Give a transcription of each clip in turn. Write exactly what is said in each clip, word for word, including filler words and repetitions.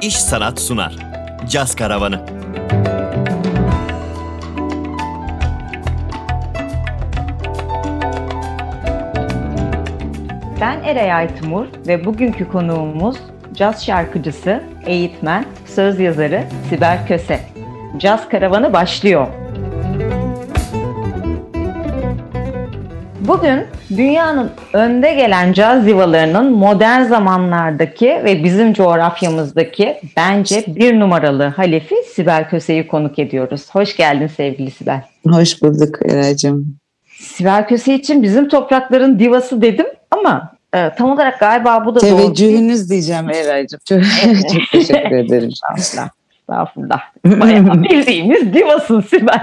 İş Sanat sunar. Caz Karavanı. Ben Eray Aytumur ve bugünkü konuğumuz caz şarkıcısı, eğitmen, söz yazarı Sibel Köse. Caz Karavanı başlıyor. Bugün dünyanın önde gelen caz divalarının modern zamanlardaki ve bizim coğrafyamızdaki bence bir numaralı halifi Sibel Köse'yi konuk ediyoruz. Hoş geldin sevgili Sibel. Hoş bulduk Eray'cığım. Sibel Köse için bizim toprakların divası dedim ama e, tam olarak galiba bu da doğru. Teveccühünüz diyeceğim Eray'cığım. Çok, çok teşekkür ederim. Estağfurullah. Bayağı bildiğimiz divasın Sibel.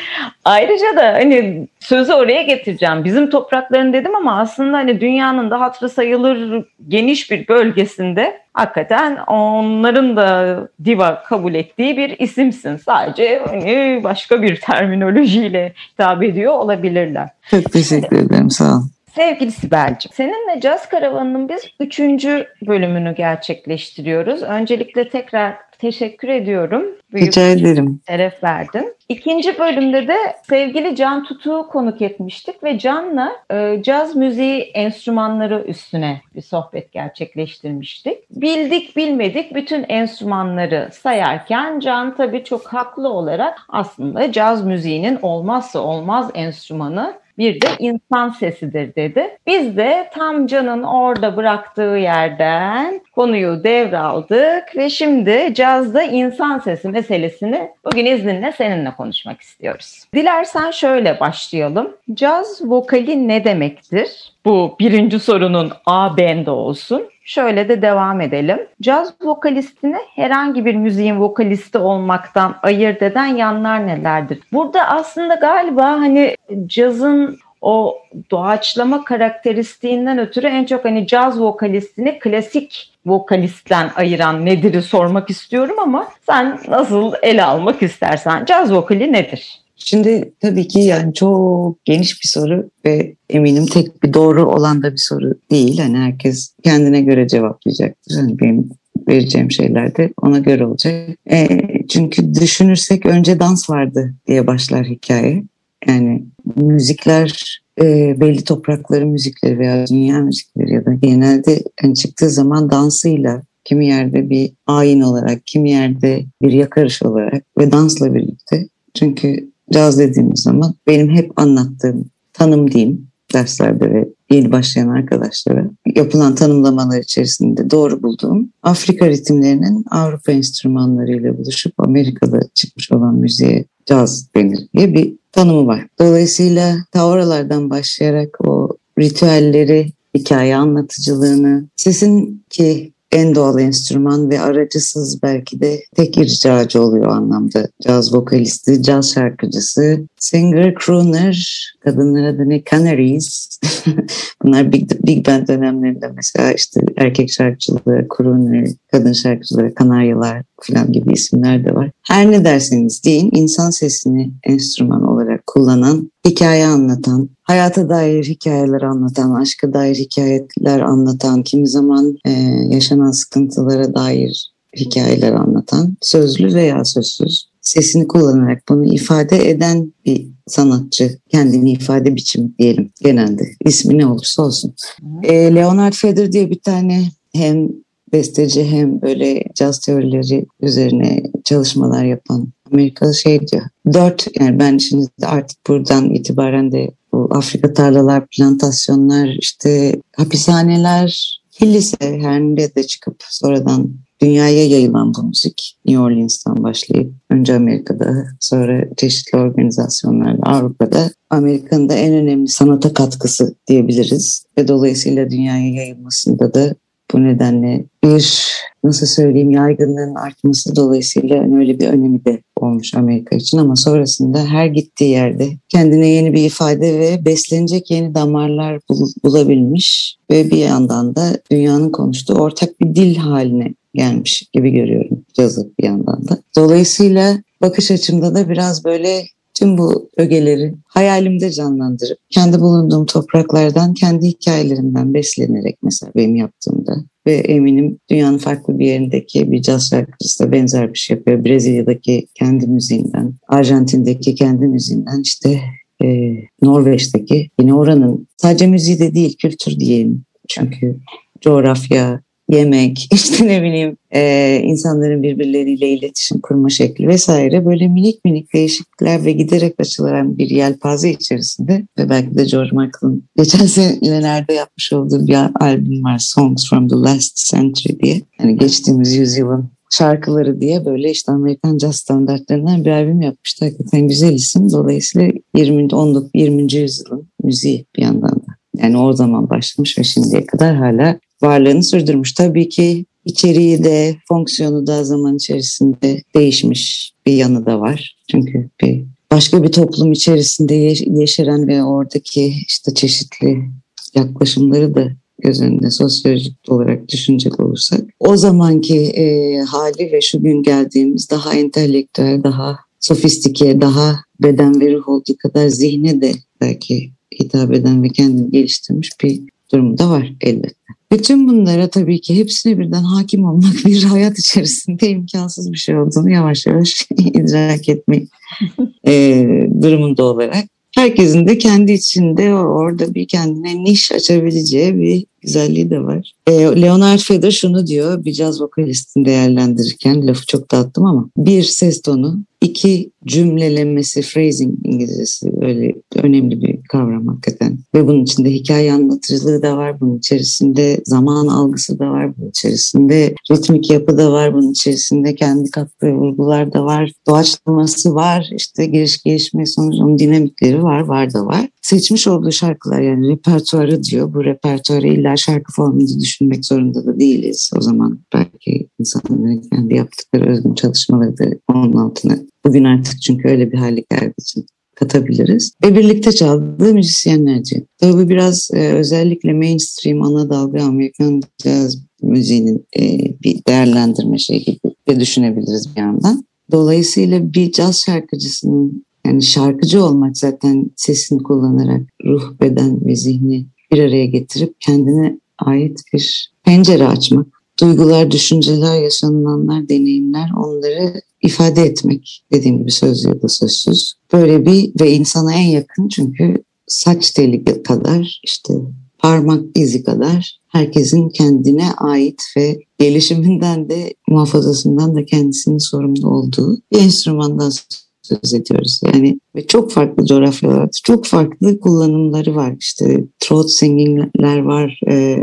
Ayrıca da hani sözü oraya getireceğim. Bizim toprakların dedim ama aslında hani dünyanın da hatırı sayılır geniş bir bölgesinde hakikaten onların da diva kabul ettiği bir isimsin. Sadece hani başka bir terminolojiyle hitap ediyor olabilirler. Çok teşekkür ederim. Sağ ol. Sevgili Sibel'ciğim, seninle Caz Karavanı'nın biz üçüncü bölümünü gerçekleştiriyoruz. Öncelikle tekrar teşekkür ediyorum. Büyük Rica ederim. Şeref verdin. İkinci bölümde de sevgili Can Tutuk'u konuk etmiştik ve Can'la e, caz müziği enstrümanları üstüne bir sohbet gerçekleştirmiştik. Bildik bilmedik bütün enstrümanları sayarken Can tabii çok haklı olarak aslında caz müziğinin olmazsa olmaz enstrümanı bir de insan sesidir dedi. Biz de tam Can'ın orada bıraktığı yerden konuyu devraldık ve şimdi cazda insan sesi meselesini bugün izninle seninle konuşmak istiyoruz. Dilersen şöyle başlayalım. Caz vokali ne demektir? Bu birinci sorunun A bende olsun. Şöyle de devam edelim. Caz vokalistini herhangi bir müziğin vokalisti olmaktan ayırt eden yanlar nelerdir? Burada aslında galiba hani cazın o doğaçlama karakteristiğinden ötürü en çok hani caz vokalistini klasik vokalistten ayıran nedir'i sormak istiyorum ama sen nasıl ele almak istersen caz vokali nedir? Şimdi tabii ki yani çok geniş bir soru ve eminim tek bir doğru olan da bir soru değil. Hani herkes kendine göre cevaplayacaktır. Yani benim vereceğim şeyler de ona göre olacak. E, çünkü düşünürsek önce dans vardı diye başlar hikaye. Yani müzikler e, belli toprakların müzikleri veya dünya müzikleri ya da genelde yani çıktığı zaman dansıyla kimi yerde bir ayin olarak, kimi yerde bir yakarış olarak ve dansla birlikte. Çünkü caz dediğimiz zaman benim hep anlattığım tanım diyeyim derslerde ve yeni başlayan arkadaşlara yapılan tanımlamalar içerisinde doğru bulduğum Afrika ritimlerinin Avrupa enstrümanlarıyla buluşup Amerika'da çıkmış olan müziğe caz denir diye bir tanımı var. Dolayısıyla ta oralardan başlayarak o ritüelleri, hikaye anlatıcılığını, sesin ki en doğal enstrüman ve aracısız belki de tek irticacı oluyor o anlamda. Caz vokalisti, caz şarkıcısı, singer, crooner, kadınlara da ne canaries. Bunlar big, big band dönemlerinde mesela işte erkek şarkıcılara, crooner, kadın şarkıcılara, kanaryalar falan gibi isimler de var. Her ne derseniz deyin, insan sesini enstrüman olarak kullanan, hikaye anlatan, hayata dair hikayeler anlatan, aşka dair hikayeler anlatan, kimi zaman e, yaşanan sıkıntılara dair hikayeler anlatan, sözlü veya sözsüz sesini kullanarak bunu ifade eden bir sanatçı, kendini ifade biçimi diyelim genelde. İsmi ne olursa olsun. E, Leonard Feather diye bir tane hem besteci hem böyle caz teorileri üzerine çalışmalar yapan Amerikalı şey diyor. Dört, yani ben şimdi artık buradan itibaren de bu Afrika tarlalar, plantasyonlar, işte hapishaneler, kilise her nerede çıkıp sonradan dünyaya yayılan bu müzik. New Orleans'tan başlayıp önce Amerika'da sonra çeşitli organizasyonlarla Avrupa'da Amerika'nın da en önemli sanata katkısı diyebiliriz. Ve dolayısıyla dünyaya yayılmasında da bu nedenle bir nasıl söyleyeyim yaygınlığın artması dolayısıyla öyle bir önemi de olmuş Amerika için ama sonrasında her gittiği yerde kendine yeni bir ifade ve beslenecek yeni damarlar bul- bulabilmiş ve bir yandan da dünyanın konuştuğu ortak bir dil haline gelmiş gibi görüyorum cazı bir yandan da. Dolayısıyla bakış açımda da biraz böyle tüm bu ögeleri hayalimde canlandırıp kendi bulunduğum topraklardan, kendi hikayelerimden beslenerek mesela benim yaptığımda ve eminim dünyanın farklı bir yerindeki bir caz şarkıcısı da benzer bir şey yapıyor. Brezilya'daki kendi müziğinden, Arjantin'deki kendi müziğinden, işte e, Norveç'teki yine oranın sadece müziği de değil, kültür diyelim. Çünkü coğrafya, yemek, işte ne bileyim e, insanların birbirleriyle iletişim kurma şekli vesaire, böyle minik minik değişiklikler ve giderek açılan bir yelpaze içerisinde ve belki de George Michael'ın geçen senelerde yapmış olduğu bir albüm var, Songs from the Last Century diye. Yani geçtiğimiz yüzyılın şarkıları diye böyle işte Amerikan caz standartlarından bir albüm yapmıştı. Hakikaten güzel isim. Dolayısıyla yirminci yirminci yüzyılın müziği bir yandan da. Yani o zaman başlamış ve şimdiye kadar hala varlığını sürdürmüş. Tabii ki içeriği de, fonksiyonu da zaman içerisinde değişmiş bir yanı da var. Çünkü bir başka bir toplum içerisinde yeşeren ve oradaki işte çeşitli yaklaşımları da göz önünde sosyolojik olarak düşünecek olursak, o zamanki e, hali ve şu gün geldiğimiz daha entelektüel, daha sofistike, daha beden ve ruh olduğu kadar zihne de belki hitap eden ve kendini geliştirmiş bir durumu da var elbette. Bütün bunlara tabii ki hepsine birden hakim olmak bir hayat içerisinde imkansız bir şey olduğunu yavaş yavaş idrak etme e, durumunda olarak herkesin de kendi içinde orada bir kendine niş açabileceği bir güzelliği de var. E, Leonard Feather şunu diyor bir caz vokalistini değerlendirirken, lafı çok dağıttım ama, bir ses tonu, iki cümlelenmesi, phrasing İngilizcesi, öyle önemli bir kavram hakikaten. Ve bunun içinde hikaye anlatıcılığı da var, bunun içerisinde zaman algısı da var, bunun içerisinde ritmik yapı da var, bunun içerisinde kendi kattığı vurgular da var, doğaçlaması var, işte giriş gelişme sonucu onun dinamikleri var, var da var. Seçmiş olduğu şarkılar, yani repertuarı diyor, bu repertuarı illa şarkı formunda düşünmek zorunda da değiliz. O zaman belki insanların kendi yaptıkları özgün çalışmaları da onun altına bugün artık, çünkü öyle bir hale geldiği için, katabiliriz. Ve birlikte çaldığı müzisyenler diyor. Tabii bu biraz e, özellikle mainstream, ana dalga Amerikan caz müziğinin e, bir değerlendirme şeyi gibi de düşünebiliriz bir yandan. Dolayısıyla bir caz şarkıcısının, yani şarkıcı olmak zaten sesini kullanarak ruh, beden ve zihni bir araya getirip kendine ait bir pencere açmak, duygular, düşünceler, yaşanılanlar, deneyimler, onları ifade etmek, dediğim gibi sözlü ya da sözsüz. Böyle bir ve insana en yakın, çünkü saç teli kadar, işte parmak izi kadar herkesin kendine ait ve gelişiminden de muhafazasından da kendisinin sorumlu olduğu bir enstrümandan söz ediyoruz. Yani ve çok farklı coğrafyalarda çok farklı kullanımları var. İşte throat singing'ler var, e,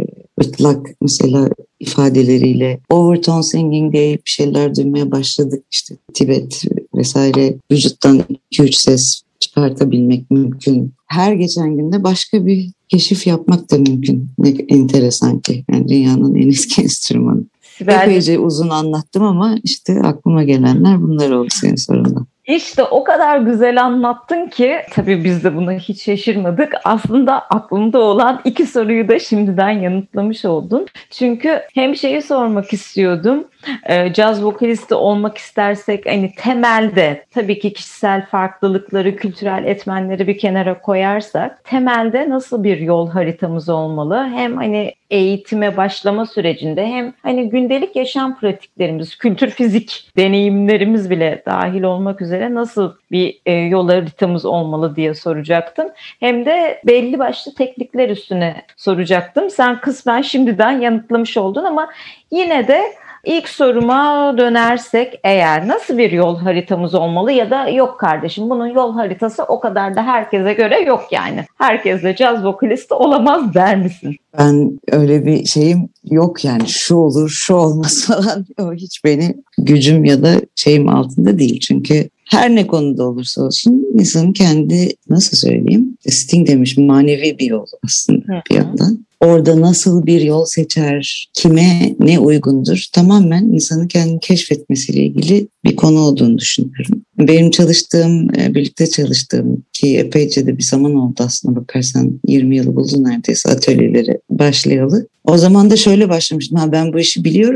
ıtlak mesela ifadeleriyle, overtone singing diye bir şeyler duymaya başladık. İşte Tibet vesaire, vücuttan iki üç ses çıkartabilmek mümkün. Her geçen günde başka bir keşif yapmak da mümkün. Ne enteresan ki. Yani dünyanın en eski enstrümanı. Sibel... Epeyce uzun anlattım ama işte aklıma gelenler bunlar oldu senin sorundan. İşte o kadar güzel anlattın ki tabii biz de buna hiç şaşırmadık. Aslında aklımda olan iki soruyu da şimdiden yanıtlamış oldun. Çünkü hem şeyi sormak istiyordum. E, caz vokalisti olmak istersek hani temelde tabii ki kişisel farklılıkları, kültürel etmenleri bir kenara koyarsak temelde nasıl bir yol haritamız olmalı? Hem hani eğitime başlama sürecinde hem hani gündelik yaşam pratiklerimiz, kültür fizik deneyimlerimiz bile dahil olmak üzere nasıl bir e, yol haritamız olmalı diye soracaktım. Hem de belli başlı teknikler üstüne soracaktım. Sen kısmen şimdiden yanıtlamış oldun ama yine de İlk soruma dönersek eğer, nasıl bir yol haritamız olmalı ya da yok kardeşim bunun yol haritası o kadar da herkese göre yok yani. Herkes de caz vokalisti olamaz der misin? Ben öyle bir şeyim yok yani, şu olur şu olmaz falan, o hiç benim gücüm ya da şeyim altında değil. Çünkü her ne konuda olursa olsun insanın kendi, nasıl söyleyeyim, Sting demiş, manevi bir yol aslında bir yandan. Orada nasıl bir yol seçer, kime ne uygundur, tamamen insanın kendini keşfetmesiyle ilgili bir konu olduğunu düşünüyorum. Benim çalıştığım, birlikte çalıştığım, ki epeyce de bir zaman oldu aslında bakarsan, yirmi yılı buldu neredeyse atölyelere başlayalı. O zaman da şöyle başlamıştım, ha ben bu işi biliyorum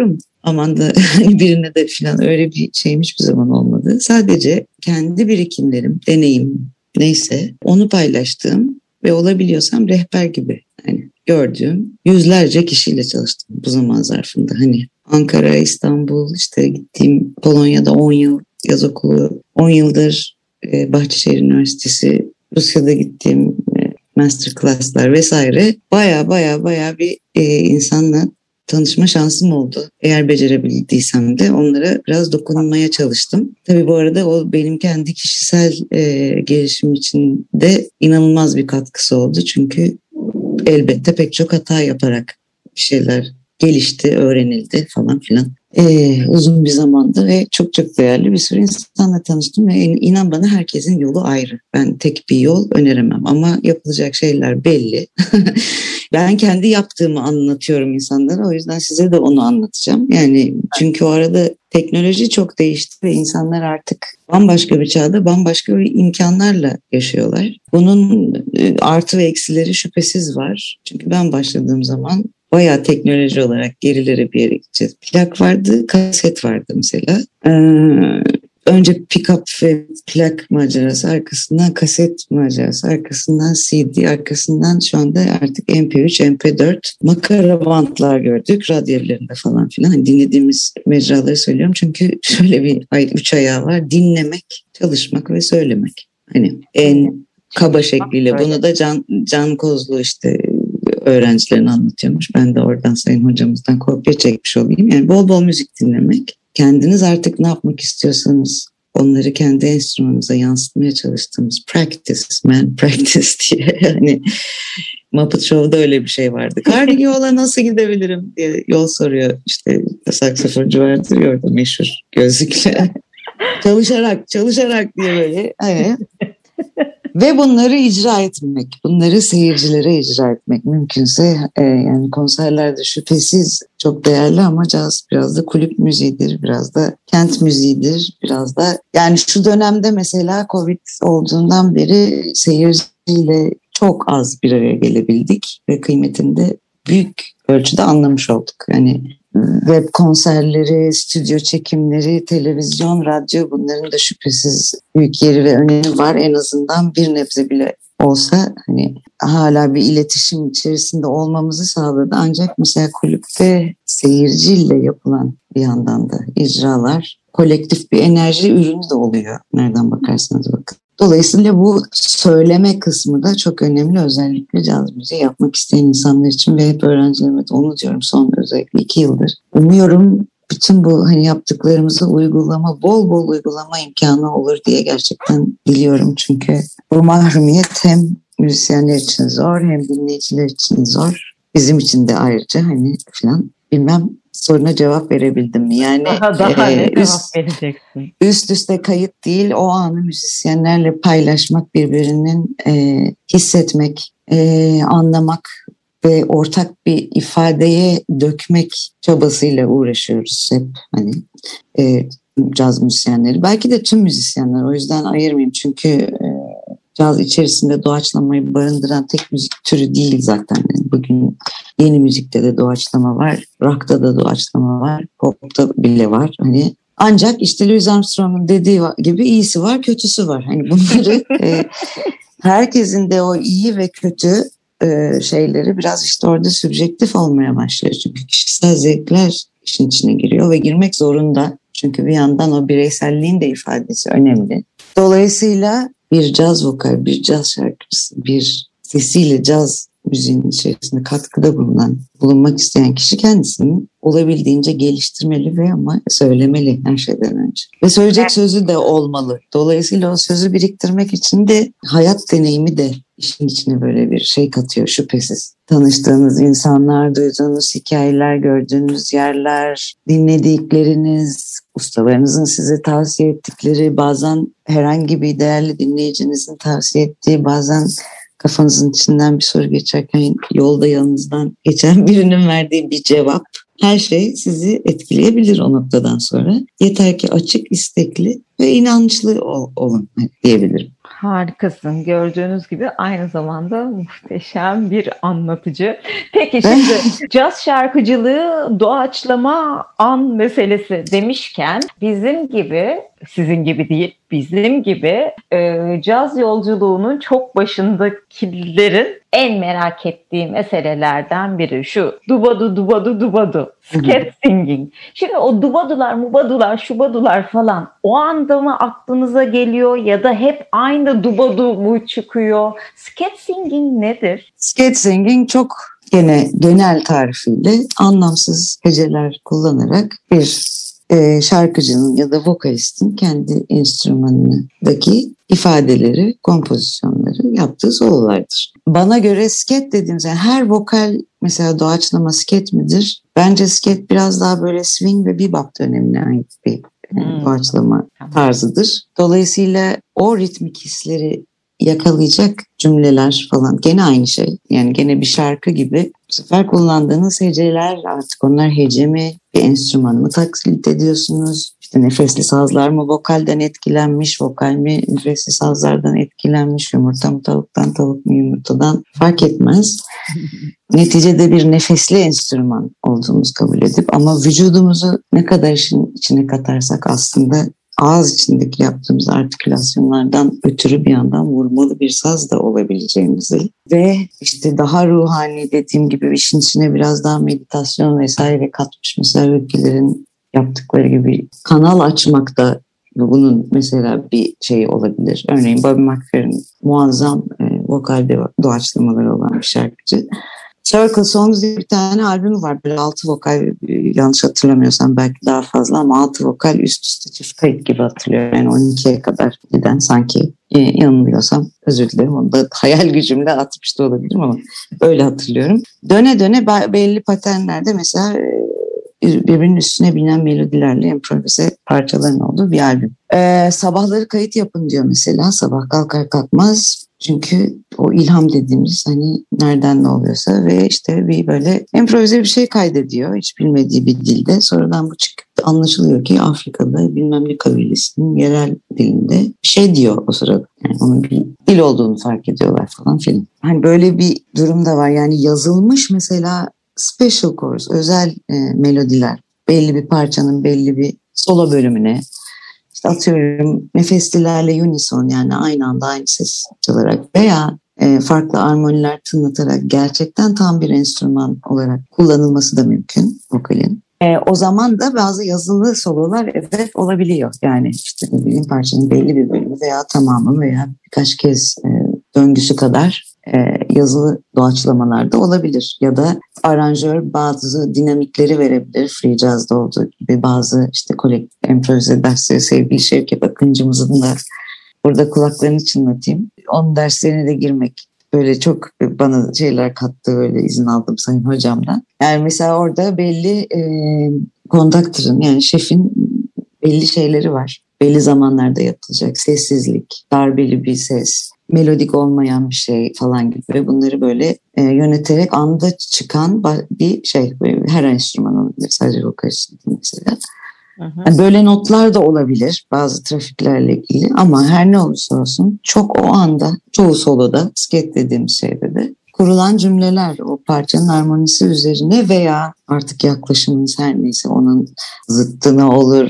aman da birine de falan öyle bir şeyim hiçbir zaman olmadı. Sadece kendi birikimlerim, deneyim neyse onu paylaştığım ve olabiliyorsam rehber gibi yani gördüğüm yüzlerce kişiyle çalıştım bu zaman zarfında. Hani Ankara, İstanbul, işte gittiğim Polonya'da on yıl yaz okulu, on yıldır e, Bahçeşehir Üniversitesi, Rusya'da gittiğim e, master class'lar vesaire baya baya baya bir e, insanla tanışma şansım oldu. Eğer becerebildiysem de onlara biraz dokunmaya çalıştım. Tabii bu arada o benim kendi kişisel e, gelişim için de inanılmaz bir katkısı oldu. Çünkü elbette pek çok hata yaparak bir şeyler gelişti, öğrenildi falan filan. Ee, uzun bir zamandı ve çok çok değerli bir sürü insanla tanıştım ve inan bana herkesin yolu ayrı. Ben tek bir yol öneremem ama yapılacak şeyler belli. Ben kendi yaptığımı anlatıyorum insanlara, o yüzden size de onu anlatacağım. Yani çünkü o arada teknoloji çok değişti ve insanlar artık bambaşka bir çağda bambaşka bir imkanlarla yaşıyorlar. Bunun artı ve eksileri şüphesiz var. Çünkü ben başladığım zaman bayağı teknoloji olarak gerilere bir yere gideceğiz. Plak vardı, kaset vardı mesela. Ee, önce pick-up ve plak macerası, arkasından kaset macerası, arkasından C D, arkasından şu anda artık M P üç, M P dört, makara bantlar gördük, radyo evlerinde falan filan. Hani dinlediğimiz mecraları söylüyorum çünkü şöyle bir ay, üç ayağı var: dinlemek, çalışmak ve söylemek. Hani en kaba şekliyle bunu da Can, Can Kozlu işte öğrencilerine anlatıyormuş. Ben de oradan sayın hocamızdan kopya çekmiş olayım. Yani bol bol müzik dinlemek. Kendiniz artık ne yapmak istiyorsanız onları kendi enstrümanınıza yansıtmaya çalıştığımız practice, man practice diye. Yani Muppet Show'da öyle bir şey vardı. Carnegie Hall'a nasıl gidebilirim diye yol soruyor. İşte saksafoncu vardır ya orada meşhur gözlükle. çalışarak, çalışarak diye böyle. Evet. Ve bunları icra etmek, bunları seyircilere icra etmek mümkünse e, yani konserlerde şüphesiz çok değerli ama caz biraz da kulüp müziğidir, biraz da kent müziğidir, biraz da yani şu dönemde mesela Covid olduğundan beri seyirciyle çok az bir araya gelebildik ve kıymetini de büyük ölçüde anlamış olduk. Yani web konserleri, stüdyo çekimleri, televizyon, radyo, bunların da şüphesiz büyük yeri ve önemi var. En azından bir nebze bile olsa hani hala bir iletişim içerisinde olmamızı sağladı. Ancak mesela kulüpte seyirciyle yapılan bir yandan da icralar kolektif bir enerji ürünü de oluyor. Nereden bakarsanız bakın. Dolayısıyla bu söyleme kısmı da çok önemli, özellikle caz müziği yapmak isteyen insanlar için ve hep öğrencilerime de onu diyorum son özellikle iki yıldır. Umuyorum bütün bu hani yaptıklarımızı uygulama, bol bol uygulama imkanı olur diye gerçekten diliyorum. Çünkü bu mahrumiyet hem müzisyenler için zor hem dinleyiciler için zor. Bizim için de ayrıca hani falan bilmem soruna cevap verebildim mi? Yani daha daha e, ne üst, cevap vereceksin? Üst üste kayıt değil, o anı müzisyenlerle paylaşmak, birbirinin e, hissetmek, e, anlamak ve ortak bir ifadeye dökmek çabasıyla uğraşıyoruz hep hani e, caz müzisyenleri. Belki de tüm müzisyenler, o yüzden ayırmayayım çünkü e, caz içerisinde doğaçlamayı barındıran tek müzik türü değil zaten. Yani bugün yeni müzikte de doğaçlama var, rock'ta da doğaçlama var, pop'ta bile var. Hani ancak işte Louis Armstrong'un dediği gibi iyisi var, kötüsü var. Hani bunları e, herkesin de o iyi ve kötü e, şeyleri biraz işte orada sübjektif olmaya başlıyor. Çünkü kişisel zevkler işin içine giriyor ve girmek zorunda. Çünkü bir yandan o bireyselliğin de ifadesi önemli. Dolayısıyla bir caz vokal, bir caz şarkıcısı, bir sesiyle caz müziğin içerisinde katkıda bulunan, bulunmak isteyen kişi kendisini olabildiğince geliştirmeli ve ama söylemeli her şeyden önce. Ve söyleyecek sözü de olmalı. Dolayısıyla o sözü biriktirmek için de hayat deneyimi de işin içine böyle bir şey katıyor şüphesiz. Tanıştığınız insanlar, duyduğunuz hikayeler, gördüğünüz yerler, dinledikleriniz, ustalarınızın size tavsiye ettikleri, bazen herhangi bir değerli dinleyicinizin tavsiye ettiği, bazen kafanızın içinden bir soru geçerken yolda yanınızdan geçen birinin verdiği bir cevap. Her şey sizi etkileyebilir o noktadan sonra. Yeter ki açık, istekli ve inançlı ol, olun diyebilirim. Harikasın. Gördüğünüz gibi aynı zamanda muhteşem bir anlatıcı. Peki şimdi caz şarkıcılığı doğaçlama an meselesi demişken bizim gibi, sizin gibi değil, bizim gibi e, caz yolculuğunun çok başındakilerin en merak ettiği meselelerden biri şu. Dubadu dubadu dubadu. Scat singing. Şimdi o dubadular, mubadular, şubadular falan o anda mı aklınıza geliyor ya da hep aynı dubadu mu çıkıyor? Scat singing nedir? Scat singing çok gene genel tarifiyle anlamsız heceler kullanarak bir e, şarkıcının ya da vokalistin kendi enstrümanındaki ifadeleri, kompozisyonları yaptığı sololardır. Bana göre scat dediğimiz yani her vokal mesela doğaçlama scat midir? Bence scat biraz daha böyle swing ve bebop dönemine ait bir hmm. doğaçlama tarzıdır. Dolayısıyla o ritmik hisleri yakalayacak cümleler falan gene aynı şey. Yani gene bir şarkı gibi bu sefer kullandığınız heceler artık onlar hece mi, bir enstrüman mı taklit ediyorsunuz? İşte nefesli sazlar mı vokalden etkilenmiş, vokal mi nefesli sazlardan etkilenmiş, yumurta mı tavuktan, tavuk mu yumurtadan fark etmez. Neticede bir nefesli enstrüman olduğumuzu kabul edip ama vücudumuzu ne kadar işin içine katarsak aslında ağız içindeki yaptığımız artikülasyonlardan ötürü bir yandan vurmalı bir saz da olabileceğimizi ve işte daha ruhani dediğim gibi işin içine biraz daha meditasyon vesaire katmış mesela ülkelerin yaptıkları gibi kanal açmak da bunun mesela bir şey olabilir. Örneğin Bobby McFerrin muazzam e, vokal doğaçlamaları olan bir şarkıcı. Circle Songs diye bir tane albümü var. Böyle altı vokal, yanlış hatırlamıyorsam belki daha fazla ama altı vokal üst üste çift kayıt gibi hatırlıyorum. Yani on ikiye kadar giden sanki e, yanılmıyorsam özür dilerim. Onu da hayal gücümle atmış da olabilirim ama öyle hatırlıyorum. Döne döne belli paternlerde mesela birbirinin üstüne binen melodilerle improvize parçaların olduğu bir albüm. Ee, sabahları kayıt yapın diyor mesela. Sabah kalkar kalkmaz. Çünkü o ilham dediğimiz hani nereden ne oluyorsa ve işte bir böyle improvize bir şey kaydediyor. Hiç bilmediği bir dilde. Sonradan bu çıkıp anlaşılıyor ki Afrika'da bilmem ne kabilesinin yerel dilinde bir şey diyor o sırada. Yani onun bir dil olduğunu fark ediyorlar falan filan. Hani böyle bir durum da var. Yani yazılmış mesela special chorus, özel e, melodiler. Belli bir parçanın belli bir solo bölümüne işte atıyorum nefeslilerle unison yani aynı anda aynı ses çalarak veya e, farklı armoniler tınlatarak gerçekten tam bir enstrüman olarak kullanılması da mümkün vokalin. E, o zaman da bazı yazılı sololar evet olabiliyor. Yani işte ne bileyim parçanın belli bir bölümü veya tamamı veya birkaç kez e, döngüsü kadar e, yazılı doğaçlamalarda olabilir. Ya da aranjör bazı dinamikleri verebilir. Free Jazz'da olduğu gibi bazı işte kolektif improvize dersleri sevgili Şevket Akıncımızın da burada kulaklarını çınlatayım. Onun derslerine de girmek böyle çok bana şeyler kattı, öyle izin aldım sayın hocamdan. Yani mesela orada belli e, kondaktörün yani şefin belli şeyleri var. Belli zamanlarda yapılacak sessizlik, darbeli bir ses, melodik olmayan bir şey falan gibi. Bunları böyle e, yöneterek anda çıkan bir şey. Her enstrüman olabilir. Sadece vokal için mesela. Yani böyle notlar da olabilir bazı trafiklerle ilgili ama her ne olursa olsun çok o anda çoğu soloda sket dediğimiz şeyde de kurulan cümleler o parçanın armonisi üzerine veya artık yaklaşımınız her neyse onun zıttına olur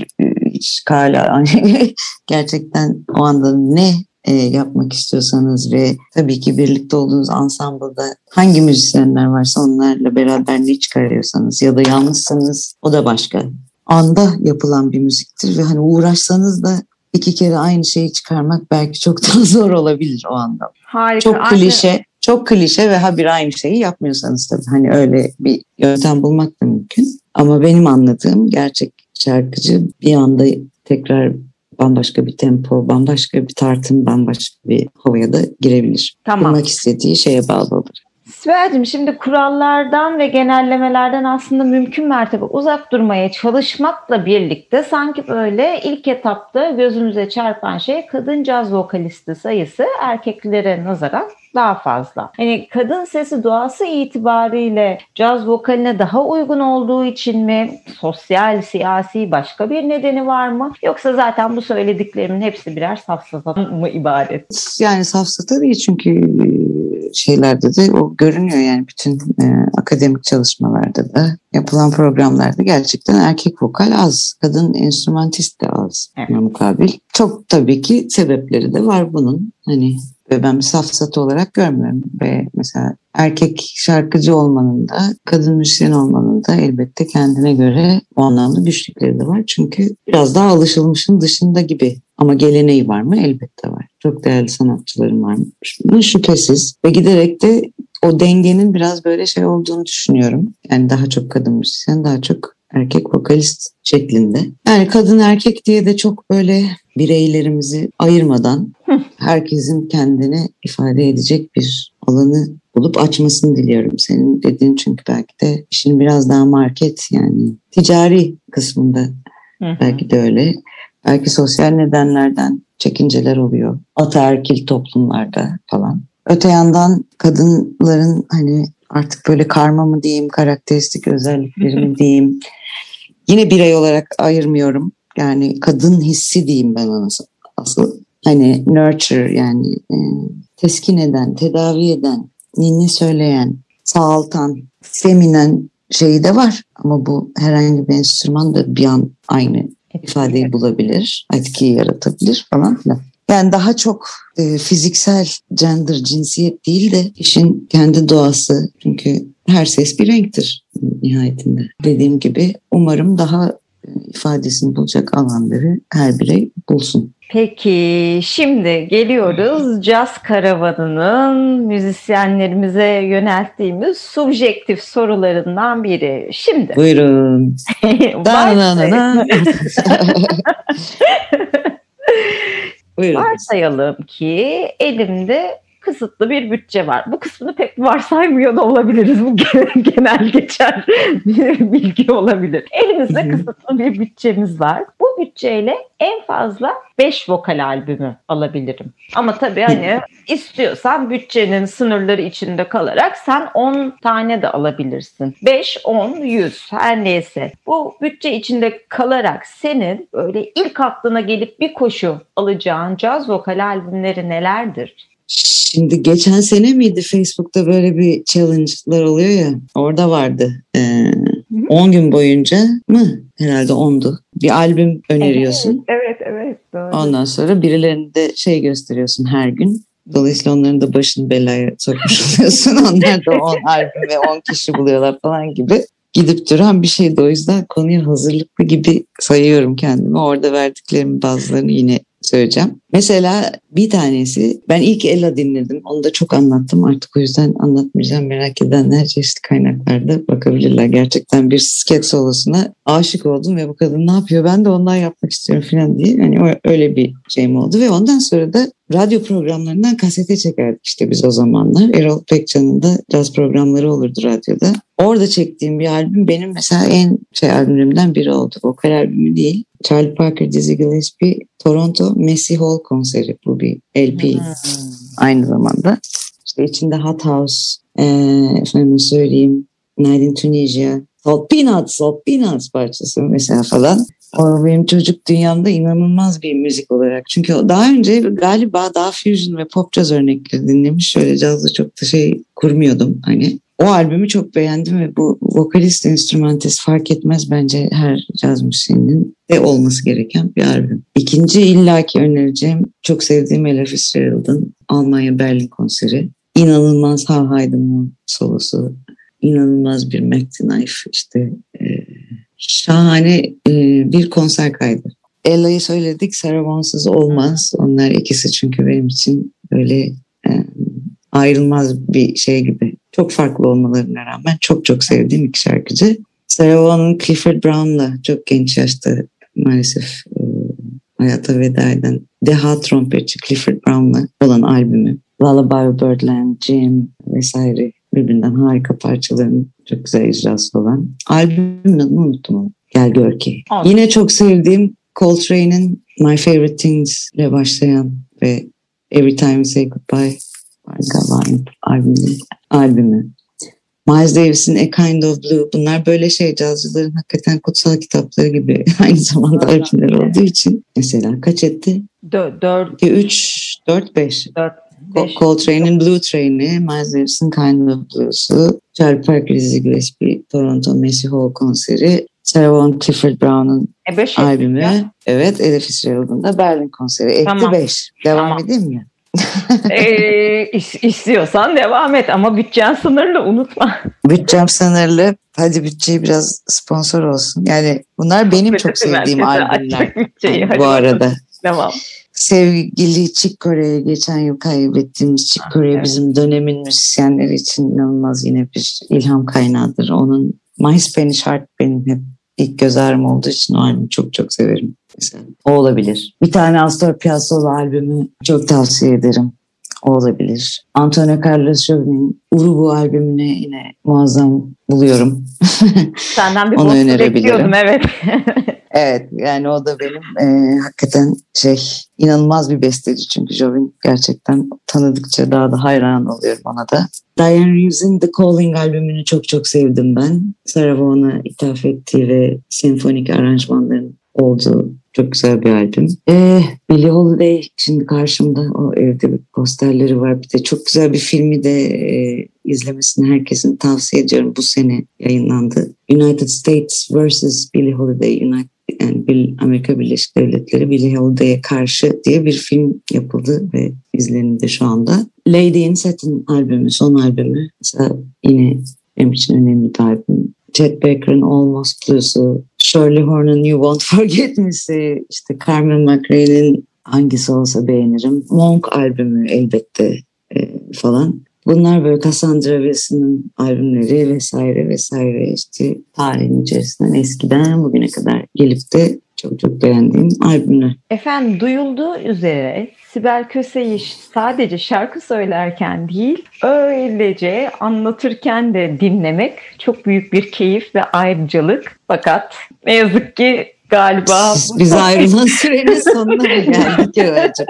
skala gerçekten o anda ne e, yapmak istiyorsanız ve tabii ki birlikte olduğunuz ansambılda hangi müzisyenler varsa onlarla beraber ne çıkarıyorsanız ya da yalnızsanız o da başka. Anda yapılan bir müziktir ve hani uğraşsanız da iki kere aynı şeyi çıkarmak belki çok daha zor olabilir o anda. Harika. Çok klişe, aynı... çok klişe ve habire aynı şeyi yapmıyorsanız tabii hani öyle bir yöntem bulmak da mümkün. Ama benim anladığım gerçek şarkıcı bir anda tekrar bambaşka bir tempo, bambaşka bir tartım, bambaşka bir havaya da girebilir. Tamam. Bulmak istediği şeye bağlı olur. Sibel'cim, şimdi kurallardan ve genellemelerden aslında mümkün mertebe uzak durmaya çalışmakla birlikte sanki böyle ilk etapta gözümüze çarpan şey kadın caz vokalisti sayısı erkeklere nazaran daha fazla. Hani kadın sesi doğası itibariyle caz vokaline daha uygun olduğu için mi, sosyal, siyasi başka bir nedeni var mı? Yoksa zaten bu söylediklerimin hepsi birer safsatadan mı ibaret? Yani safsata değil, çünkü şeylerde de o görünüyor yani, bütün e, akademik çalışmalarda da yapılan programlarda gerçekten erkek vokal az, kadın enstrümantist de az. Evet. Mukabil. Çok tabii ki sebepleri de var bunun. Hani ve ben bir safsata olarak görmüyorum. Ve mesela erkek şarkıcı olmanın da kadın müzisyen olmanın da elbette kendine göre o anlamda güçlükleri de var. Çünkü biraz daha alışılmışın dışında gibi. Ama geleneği var mı? Elbette var. Çok değerli sanatçılarım var mı? Bunun şüphesiz. Ve giderek de o dengenin biraz böyle şey olduğunu düşünüyorum. Yani daha çok kadın müzisyen, daha çok erkek vokalist şeklinde. Yani kadın erkek diye de çok böyle bireylerimizi ayırmadan herkesin kendini ifade edecek bir alanı bulup açmasını diliyorum. Senin dediğin, çünkü belki de işin biraz daha market, yani ticari kısmında hı hı. belki de öyle. Belki sosyal nedenlerden çekinceler oluyor. Ataerkil toplumlarda falan. Öte yandan kadınların hani artık böyle karma mı diyeyim, karakteristik özellikleri mi diyeyim. Yine birey olarak ayırmıyorum. Yani kadın hissi diyeyim ben ona asıl. Hani nurture, yani e, teskin eden, tedavi eden, ninni söyleyen, sağaltan, feminen şeyi de var. Ama bu herhangi bir enstrüman da bir an aynı ifadeyi bulabilir, etkiyi yaratabilir falan filan. Yani daha çok e, fiziksel gender, cinsiyet değil de işin kendi doğası. Çünkü her ses bir renktir nihayetinde. Dediğim gibi umarım daha e, ifadesini bulacak alanları her birey bulsun. Peki, şimdi geliyoruz Caz Karavanı'nın müzisyenlerimize yönelttiğimiz subjektif sorularından biri. Şimdi. Buyurun. Varsayalım. Varsayalım ki elimde kısıtlı bir bütçe var. Bu kısmını pek varsaymıyor da olabiliriz. Bu genel geçer bir bilgi olabilir. Elimizde kısıtlı bir bütçemiz var. Bu bütçeyle en fazla beş vokal albümü alabilirim. Ama tabii hani istiyorsan bütçenin sınırları içinde kalarak sen on tane de alabilirsin. beş, on, yüz her neyse. Bu bütçe içinde kalarak senin böyle ilk aklına gelip bir koşu alacağın caz vokal albümleri nelerdir? Şimdi geçen sene miydi Facebook'ta böyle bir challenge'lar oluyor ya, orada vardı. Ee, on gün boyunca mı? Herhalde ondu. Bir albüm öneriyorsun. Evet, evet, evet. Doğru. Ondan sonra birilerini de şey gösteriyorsun her gün. Dolayısıyla onların da başını belaya sokmuş oluyorsun. Onlar da on albüm ve on kişi buluyorlar falan gibi. Gidip duran bir şeydi. O yüzden konuya hazırlıklı gibi sayıyorum kendimi. Orada verdiklerimin bazılarını yine söyleyeceğim. Mesela bir tanesi, ben ilk Ella dinledim. Onu da çok anlattım. Artık o yüzden anlatmayacağım. Merak edenler çeşitli kaynaklarda bakabilirler. Gerçekten bir sket solosuna aşık oldum ve bu kadın ne yapıyor? Ben de ondan yapmak istiyorum falan diye. Yani öyle bir şeyim oldu ve ondan sonra da radyo programlarından kasete çekerdik işte biz o zamanlar. Erol Pekcan'ın da caz programları olurdu radyoda. Orada çektiğim bir albüm benim mesela en şey albümlerimden biri oldu. Vokal albümü değil. Charlie Parker, Dizzy Gillespie, Toronto Massey Hall konseri. Bu bir L P. Hmm. Aynı zamanda. İşte içinde Hot House, ee, efendim söyleyeyim, Night in Tunisia, Salt Peanuts, Salt Peanuts parçası mesela falan. O benim çocuk dünyamda inanılmaz bir müzik olarak. Çünkü daha önce galiba daha fusion ve pop jazz örnekleri dinlemiş. Şöyle cazda çok da şey kurmuyordum hani. O albümü çok beğendim ve bu vokalist, enstrümantist fark etmez, bence her caz müziğinin de olması gereken bir albüm. İkinci illaki önereceğim, çok sevdiğim Ella Fitzgerald'ın Almanya Berlin konseri. İnanılmaz How High the Moon solosu. İnanılmaz bir Mac the Knife işte. E, şahane e, bir konser kaydı. Ella'yı söyledik, Sarah Vaughan'sız olmaz. Onlar ikisi çünkü benim için böyle e, ayrılmaz bir şey gibi. Çok farklı olmalarına rağmen çok çok sevdiğim iki şarkıcı. Sarah Vaughan'ın Clifford Brown'la çok genç yaşta maalesef e, hayata veda eden deha trompetçi Clifford Brown'la olan albümü. Lullaby of Birdland, Jim vesaire birbirinden harika parçaların çok güzel icrası olan. Albümün adını unuttum ama. Gel gör ki. Olsun. Yine çok sevdiğim Coltrane'in My Favorite Things ile başlayan ve Every Time We Say Goodbye albümü. albümü. Miles Davis'in A Kind of Blue. Bunlar böyle şey cazcıların hakikaten kutsal kitapları gibi aynı zamanda albümler olduğu için. Mesela kaç etti? Dört. üç, dört, beş. Coltrane'in Blue Train'i, Miles Davis'in Kind of Blues'u, Charlie Parker, Dizzy Gillespie, Toronto Massey Hall konseri, Sarah Vaughan Clifford Brown'un e albümü. Ya. Evet, Ella Fitzgerald'ın da Berlin konseri. Etti tamam. beş. Devam tamam. edeyim mi? ee, istiyorsan devam et ama bütçen sınırlı, unutma. Bütçem sınırlı. Hadi bütçeyi biraz sponsor olsun. Yani bunlar benim çok sevdiğim albümler. Bütçeyi, yani bu arada. Tamam. Sevgili Chick Corea'ya, geçen yıl kaybettiğimiz Chick Corea evet. bizim dönemin müzisyenleri için inanılmaz yine bir ilham kaynağıdır. Onun My Spanish Heart benim hep ilk göz ağrım olduğu için o albümü çok çok severim. Mesela o olabilir. Bir tane Astor Piazzolla albümü çok tavsiye ederim. O olabilir. Antonio Carlos Jobim'in Urubu albümüne yine muazzam buluyorum. Senden bir postu bekliyordum, evet. Evet, yani o da benim e, hakikaten şey inanılmaz bir besteci çünkü Jobim gerçekten tanıdıkça daha da hayran oluyorum ona da. Diane Reeves'in The Calling albümünü çok çok sevdim ben. Sarah Vaughan'a ithaf ettiği ve senfonik aranjmanların olduğu çok güzel bir albüm. Ee, Billie Holiday şimdi karşımda, o evde bir posterleri var. Bir de çok güzel bir filmi de e, izlemesini herkesin tavsiye ediyorum. Bu sene yayınlandı. United States versus Billie Holiday. United, yani Amerika Birleşik Devletleri Billie Holiday'e karşı diye bir film yapıldı ve izlenimde şu anda. Lady in Satin albümü, son albümü. Mesela yine benim için önemli bir albüm. Chet Baker'ın Almost Blues'u, Shirley Horn'un You Won't Forget Me'si, işte Carmen McRae'nin Hangisi Olsa Beğenirim, Monk albümü elbette e, falan. Bunlar böyle Cassandra Wilson'ın albümleri vesaire vesaire, işte tarihin içerisinden eskiden bugüne kadar gelip de çok çok beğendiğim albümler. Efendim, duyulduğu üzere Sibel Köse'yi sadece şarkı söylerken değil, öylece anlatırken de dinlemek çok büyük bir keyif ve ayrıcalık. Fakat ne yazık ki galiba... Biz ayrılan sürenin sonuna mı geldik Öğret'ciğim?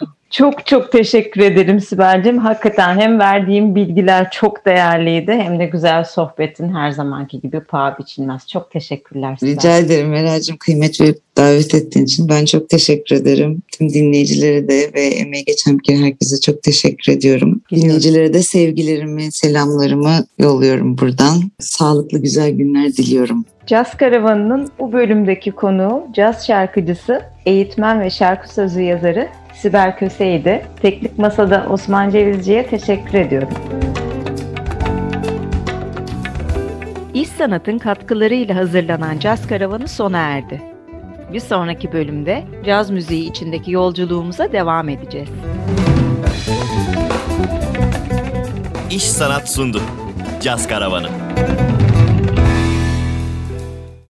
Çok çok teşekkür ederim Sibel'cim. Hakikaten hem verdiğim bilgiler çok değerliydi hem de güzel sohbetin her zamanki gibi paha biçilmez. Çok teşekkürler Sibel. Rica ederim Meral'cığım, kıymet verip davet ettiğin için ben çok teşekkür ederim. Tüm dinleyicilere de ve emeği geçen bir kere herkese çok teşekkür ediyorum. Biliyorum. Dinleyicilere de sevgilerimi, selamlarımı yolluyorum buradan. Sağlıklı güzel günler diliyorum. Caz Karavanı'nın bu bölümdeki konuğu caz şarkıcısı, eğitmen ve şarkı sözü yazarı Sibel Köse'ydi. Teknik Masa'da Osman Cevizci'ye teşekkür ediyorum. İş Sanat'ın katkılarıyla hazırlanan Caz Karavanı sona erdi. Bir sonraki bölümde caz müziği içindeki yolculuğumuza devam edeceğiz. İş Sanat sundu. Caz Karavanı.